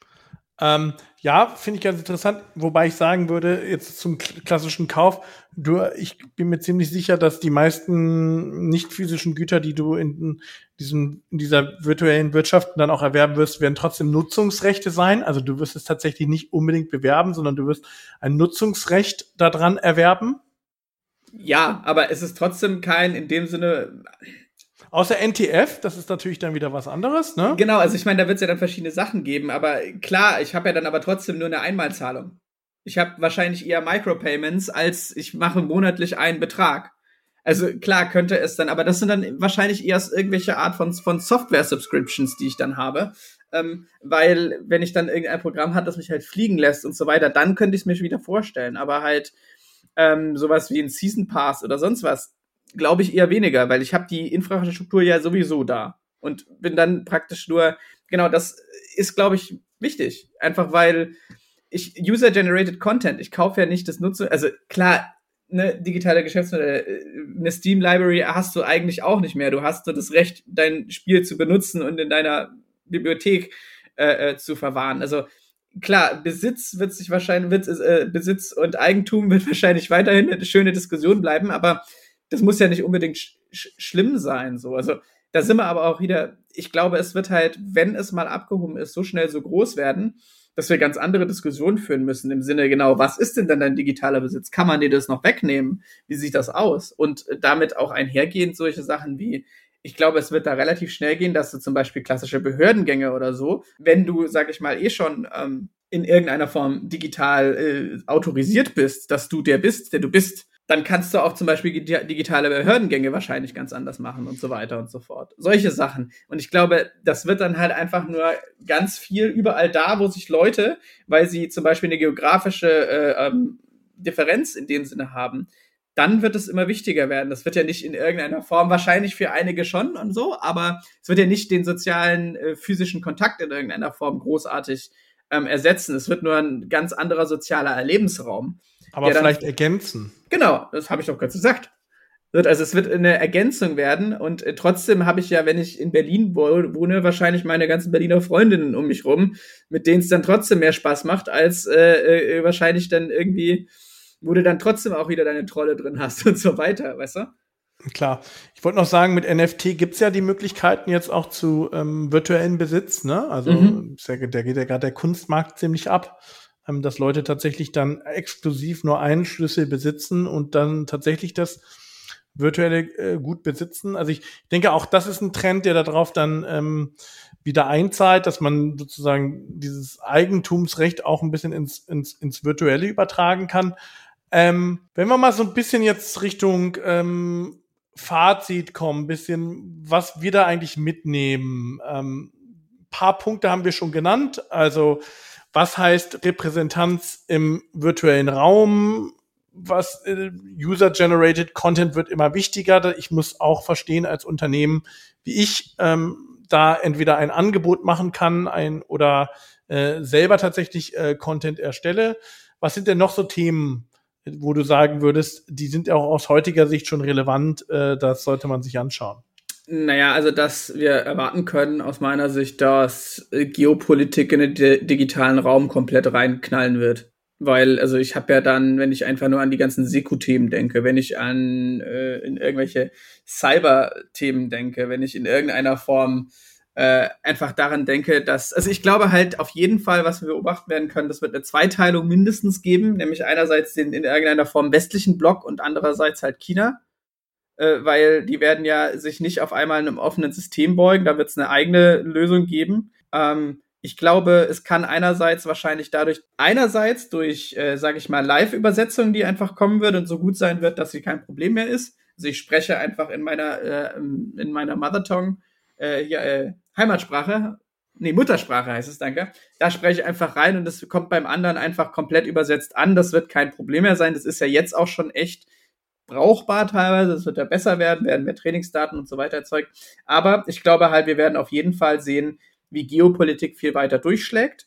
Ja, finde ich ganz interessant, wobei ich sagen würde, jetzt zum klassischen Kauf, ich bin mir ziemlich sicher, dass die meisten nicht physischen Güter, die du in dieser virtuellen Wirtschaft dann auch erwerben wirst, werden trotzdem Nutzungsrechte sein. Also du wirst es tatsächlich nicht unbedingt bewerben, sondern du wirst ein Nutzungsrecht daran erwerben. Ja, aber es ist trotzdem kein, in dem Sinne. Außer NTF, das ist natürlich dann wieder was anderes, ne? Genau, also ich meine, da wird es ja dann verschiedene Sachen geben, aber klar, ich habe ja dann aber trotzdem nur eine Einmalzahlung. Ich habe wahrscheinlich eher Micropayments, als ich mache monatlich einen Betrag. Also klar könnte es dann, aber das sind dann wahrscheinlich eher irgendwelche Art von Software-Subscriptions, die ich dann habe. Weil wenn ich dann irgendein Programm habe, das mich halt fliegen lässt und so weiter, dann könnte ich es mir wieder vorstellen. Aber halt sowas wie ein Season Pass oder sonst was, glaube ich eher weniger, weil ich habe die Infrastruktur ja sowieso da und bin dann praktisch nur, genau, das ist, glaube ich, wichtig. Einfach weil User-Generated Content, ich kaufe ja nicht das Nutzen, also klar, ne, digitale Geschäftsmodelle, eine Steam-Library hast du eigentlich auch nicht mehr. Du hast so das Recht, dein Spiel zu benutzen und in deiner Bibliothek zu verwahren. Also klar, Besitz und Eigentum wird wahrscheinlich weiterhin eine schöne Diskussion bleiben, aber das muss ja nicht unbedingt schlimm sein, so. Also, da sind wir aber auch wieder, ich glaube, es wird halt, wenn es mal abgehoben ist, so schnell so groß werden, dass wir ganz andere Diskussionen führen müssen im Sinne, genau, was ist denn dann dein digitaler Besitz? Kann man dir das noch wegnehmen? Wie sieht das aus? Und damit auch einhergehend solche Sachen wie, ich glaube, es wird da relativ schnell gehen, dass du zum Beispiel klassische Behördengänge oder so, wenn du, sag ich mal, schon in irgendeiner Form digital autorisiert bist, dass du der bist, der du bist, dann kannst du auch zum Beispiel digitale Behördengänge wahrscheinlich ganz anders machen und so weiter und so fort. Solche Sachen. Und ich glaube, das wird dann halt einfach nur ganz viel überall da, wo sich Leute, weil sie zum Beispiel eine geografische Differenz in dem Sinne haben, dann wird es immer wichtiger werden. Das wird ja nicht in irgendeiner Form, wahrscheinlich für einige schon und so, aber es wird ja nicht den sozialen, physischen Kontakt in irgendeiner Form großartig ersetzen. Es wird nur ein ganz anderer sozialer Erlebensraum. Aber vielleicht ergänzen. Genau, das habe ich doch gerade gesagt. Also es wird eine Ergänzung werden und trotzdem habe ich ja, wenn ich in Berlin wohne, wahrscheinlich meine ganzen Berliner Freundinnen um mich rum, mit denen es dann trotzdem mehr Spaß macht, als wahrscheinlich dann irgendwie, wo du dann trotzdem auch wieder deine Trolle drin hast und so weiter, weißt du? Klar. Ich wollte noch sagen, mit NFT gibt's ja die Möglichkeiten jetzt auch zu virtuellen Besitz, ne? Also da geht ja gerade der Kunstmarkt ziemlich ab, dass Leute tatsächlich dann exklusiv nur einen Schlüssel besitzen und dann tatsächlich das virtuelle Gut besitzen. Also ich denke, auch das ist ein Trend, der darauf dann wieder einzahlt, dass man sozusagen dieses Eigentumsrecht auch ein bisschen ins Virtuelle übertragen kann. Wenn wir mal so ein bisschen jetzt Richtung Fazit kommen, ein bisschen, was wir da eigentlich mitnehmen. Paar Punkte haben wir schon genannt. Also, was heißt Repräsentanz im virtuellen Raum? Was User-Generated Content wird immer wichtiger. Ich muss auch verstehen als Unternehmen, wie ich da entweder ein Angebot machen kann oder selber tatsächlich Content erstelle. Was sind denn noch so Themen, wo du sagen würdest, die sind auch aus heutiger Sicht schon relevant, das sollte man sich anschauen? Naja, also dass wir erwarten können aus meiner Sicht, dass Geopolitik in den digitalen Raum komplett reinknallen wird. Weil, also ich habe ja dann, wenn ich einfach nur an die ganzen Seku-Themen denke, wenn ich an in irgendwelche Cyber-Themen denke, wenn ich in irgendeiner Form einfach daran denke, dass, also ich glaube halt auf jeden Fall, was wir beobachten werden können, das wird eine Zweiteilung mindestens geben, nämlich einerseits den in irgendeiner Form westlichen Block und andererseits halt China, weil die werden ja sich nicht auf einmal in einem offenen System beugen, da wird es eine eigene Lösung geben. Ich glaube, es kann einerseits wahrscheinlich einerseits durch, sage ich mal, Live-Übersetzung, die einfach kommen wird und so gut sein wird, dass sie kein Problem mehr ist. Also ich spreche einfach in meiner Mother Tongue, Heimatsprache, nee, Muttersprache heißt es, danke. Da spreche ich einfach rein und das kommt beim anderen einfach komplett übersetzt an. Das wird kein Problem mehr sein. Das ist ja jetzt auch schon echt brauchbar teilweise. Das wird ja besser werden mehr Trainingsdaten und so weiter erzeugt. Aber ich glaube halt, wir werden auf jeden Fall sehen, wie Geopolitik viel weiter durchschlägt.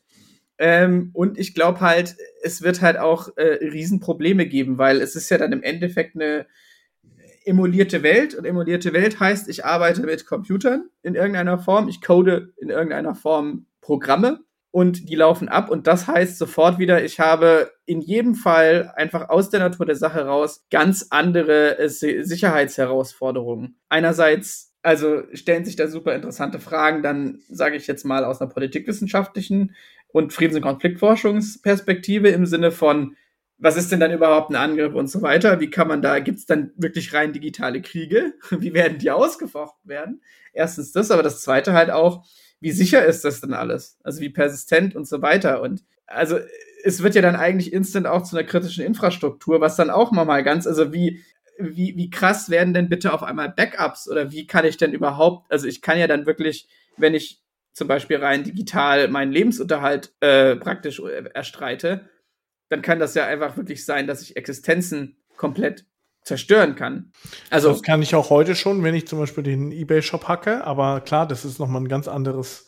Und ich glaube halt, es wird halt auch Riesenprobleme geben, weil es ist ja dann im Endeffekt eine emulierte Welt. Und emulierte Welt heißt, ich arbeite mit Computern in irgendeiner Form, ich code in irgendeiner Form Programme und die laufen ab. Und das heißt sofort wieder, ich habe in jedem Fall einfach aus der Natur der Sache raus ganz andere Sicherheitsherausforderungen. Einerseits, also stellen sich da super interessante Fragen, dann sage ich jetzt mal aus einer politikwissenschaftlichen und Friedens- und Konfliktforschungsperspektive im Sinne von, was ist denn dann überhaupt ein Angriff und so weiter? Wie kann man da, gibt es dann wirklich rein digitale Kriege? Wie werden die ausgefochten werden? Erstens das, aber das zweite halt auch, wie sicher ist das denn alles? Also wie persistent und so weiter. Und also es wird ja dann eigentlich instant auch zu einer kritischen Infrastruktur, was dann auch mal ganz, also wie krass werden denn bitte auf einmal Backups oder wie kann ich denn überhaupt, also ich kann ja dann wirklich, wenn ich zum Beispiel rein digital meinen Lebensunterhalt praktisch erstreite, dann kann das ja einfach wirklich sein, dass ich Existenzen komplett zerstören kann. Also das kann ich auch heute schon, wenn ich zum Beispiel den eBay-Shop hacke, aber klar, das ist nochmal ein ganz anderes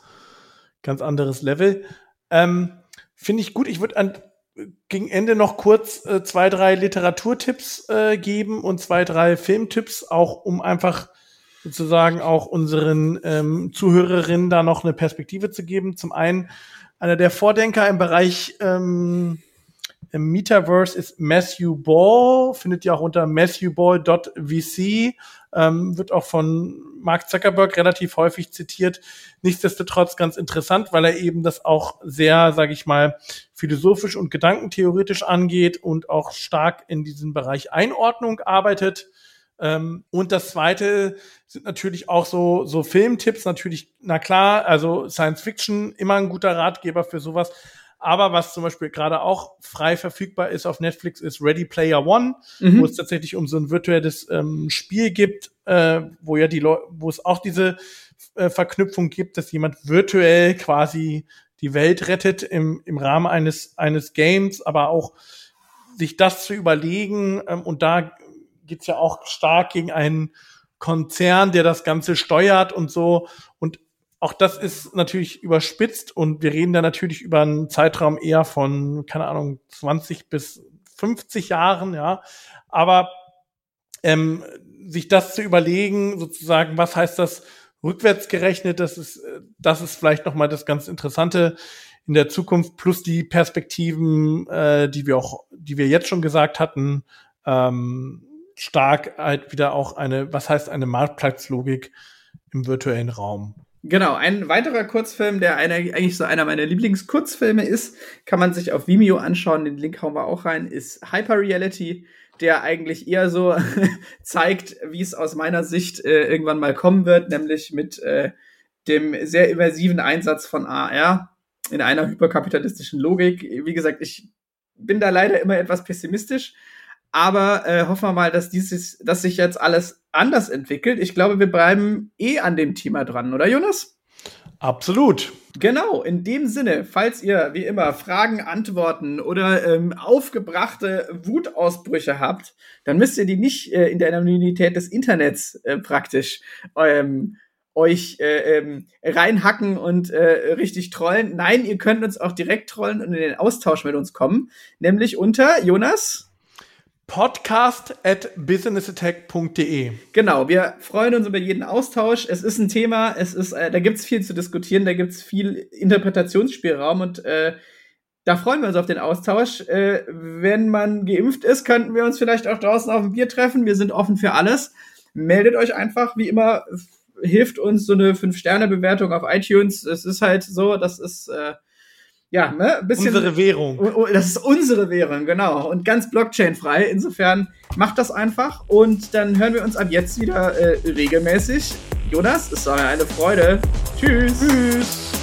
Level. Finde ich gut. Ich würde gegen Ende noch kurz 2, 3 Literaturtipps geben und 2, 3 Filmtipps, auch um einfach sozusagen auch unseren Zuhörerinnen da noch eine Perspektive zu geben. Zum einen, einer der Vordenker im Bereich im Metaverse ist Matthew Ball, findet ihr auch unter matthewball.vc, wird auch von Mark Zuckerberg relativ häufig zitiert. Nichtsdestotrotz ganz interessant, weil er eben das auch sehr, sage ich mal, philosophisch und gedankentheoretisch angeht und auch stark in diesem Bereich Einordnung arbeitet. Und das Zweite sind natürlich auch so Filmtipps, natürlich, na klar, also Science Fiction, immer ein guter Ratgeber für sowas. Aber was zum Beispiel gerade auch frei verfügbar ist auf Netflix, ist Ready Player One, wo es tatsächlich um so ein virtuelles Spiel gibt, wo es auch diese Verknüpfung gibt, dass jemand virtuell quasi die Welt rettet im Rahmen eines Games, aber auch sich das zu überlegen. Und da geht's ja auch stark gegen einen Konzern, der das Ganze steuert und so. Und auch das ist natürlich überspitzt und wir reden da natürlich über einen Zeitraum eher von, keine Ahnung, 20 bis 50 Jahren, ja. Aber sich das zu überlegen, sozusagen, was heißt das rückwärts gerechnet, das ist vielleicht nochmal das ganz Interessante in der Zukunft, plus die Perspektiven, die wir jetzt schon gesagt hatten, stark halt wieder auch was heißt eine Marktplatzlogik im virtuellen Raum. Genau, ein weiterer Kurzfilm, der eigentlich so einer meiner Lieblingskurzfilme ist, kann man sich auf Vimeo anschauen, den Link hauen wir auch rein, ist Hyperreality, der eigentlich eher so zeigt, wie es aus meiner Sicht irgendwann mal kommen wird, nämlich mit dem sehr immersiven Einsatz von AR in einer hyperkapitalistischen Logik. Wie gesagt, ich bin da leider immer etwas pessimistisch, aber hoffen wir mal, dass sich jetzt alles anders entwickelt. Ich glaube, wir bleiben an dem Thema dran, oder Jonas? Absolut. Genau, in dem Sinne, falls ihr wie immer Fragen, Antworten oder aufgebrachte Wutausbrüche habt, dann müsst ihr die nicht in der Anonymität des Internets praktisch euch reinhacken und richtig trollen. Nein, ihr könnt uns auch direkt trollen und in den Austausch mit uns kommen, nämlich unter Jonas podcast@businessattack.de. Genau, wir freuen uns über jeden Austausch. Es ist ein Thema, da gibt's viel zu diskutieren, da gibt's viel Interpretationsspielraum und da freuen wir uns auf den Austausch. Wenn man geimpft ist, könnten wir uns vielleicht auch draußen auf ein Bier treffen. Wir sind offen für alles. Meldet euch einfach, wie immer, hilft uns so eine 5-Sterne-Bewertung auf iTunes. Es ist halt so, das ist ein bisschen unsere Währung. Das ist unsere Währung, genau. Und ganz Blockchain-frei. Insofern macht das einfach. Und dann hören wir uns ab jetzt wieder regelmäßig. Jonas, es war mir eine Freude. Tschüss. Tschüss.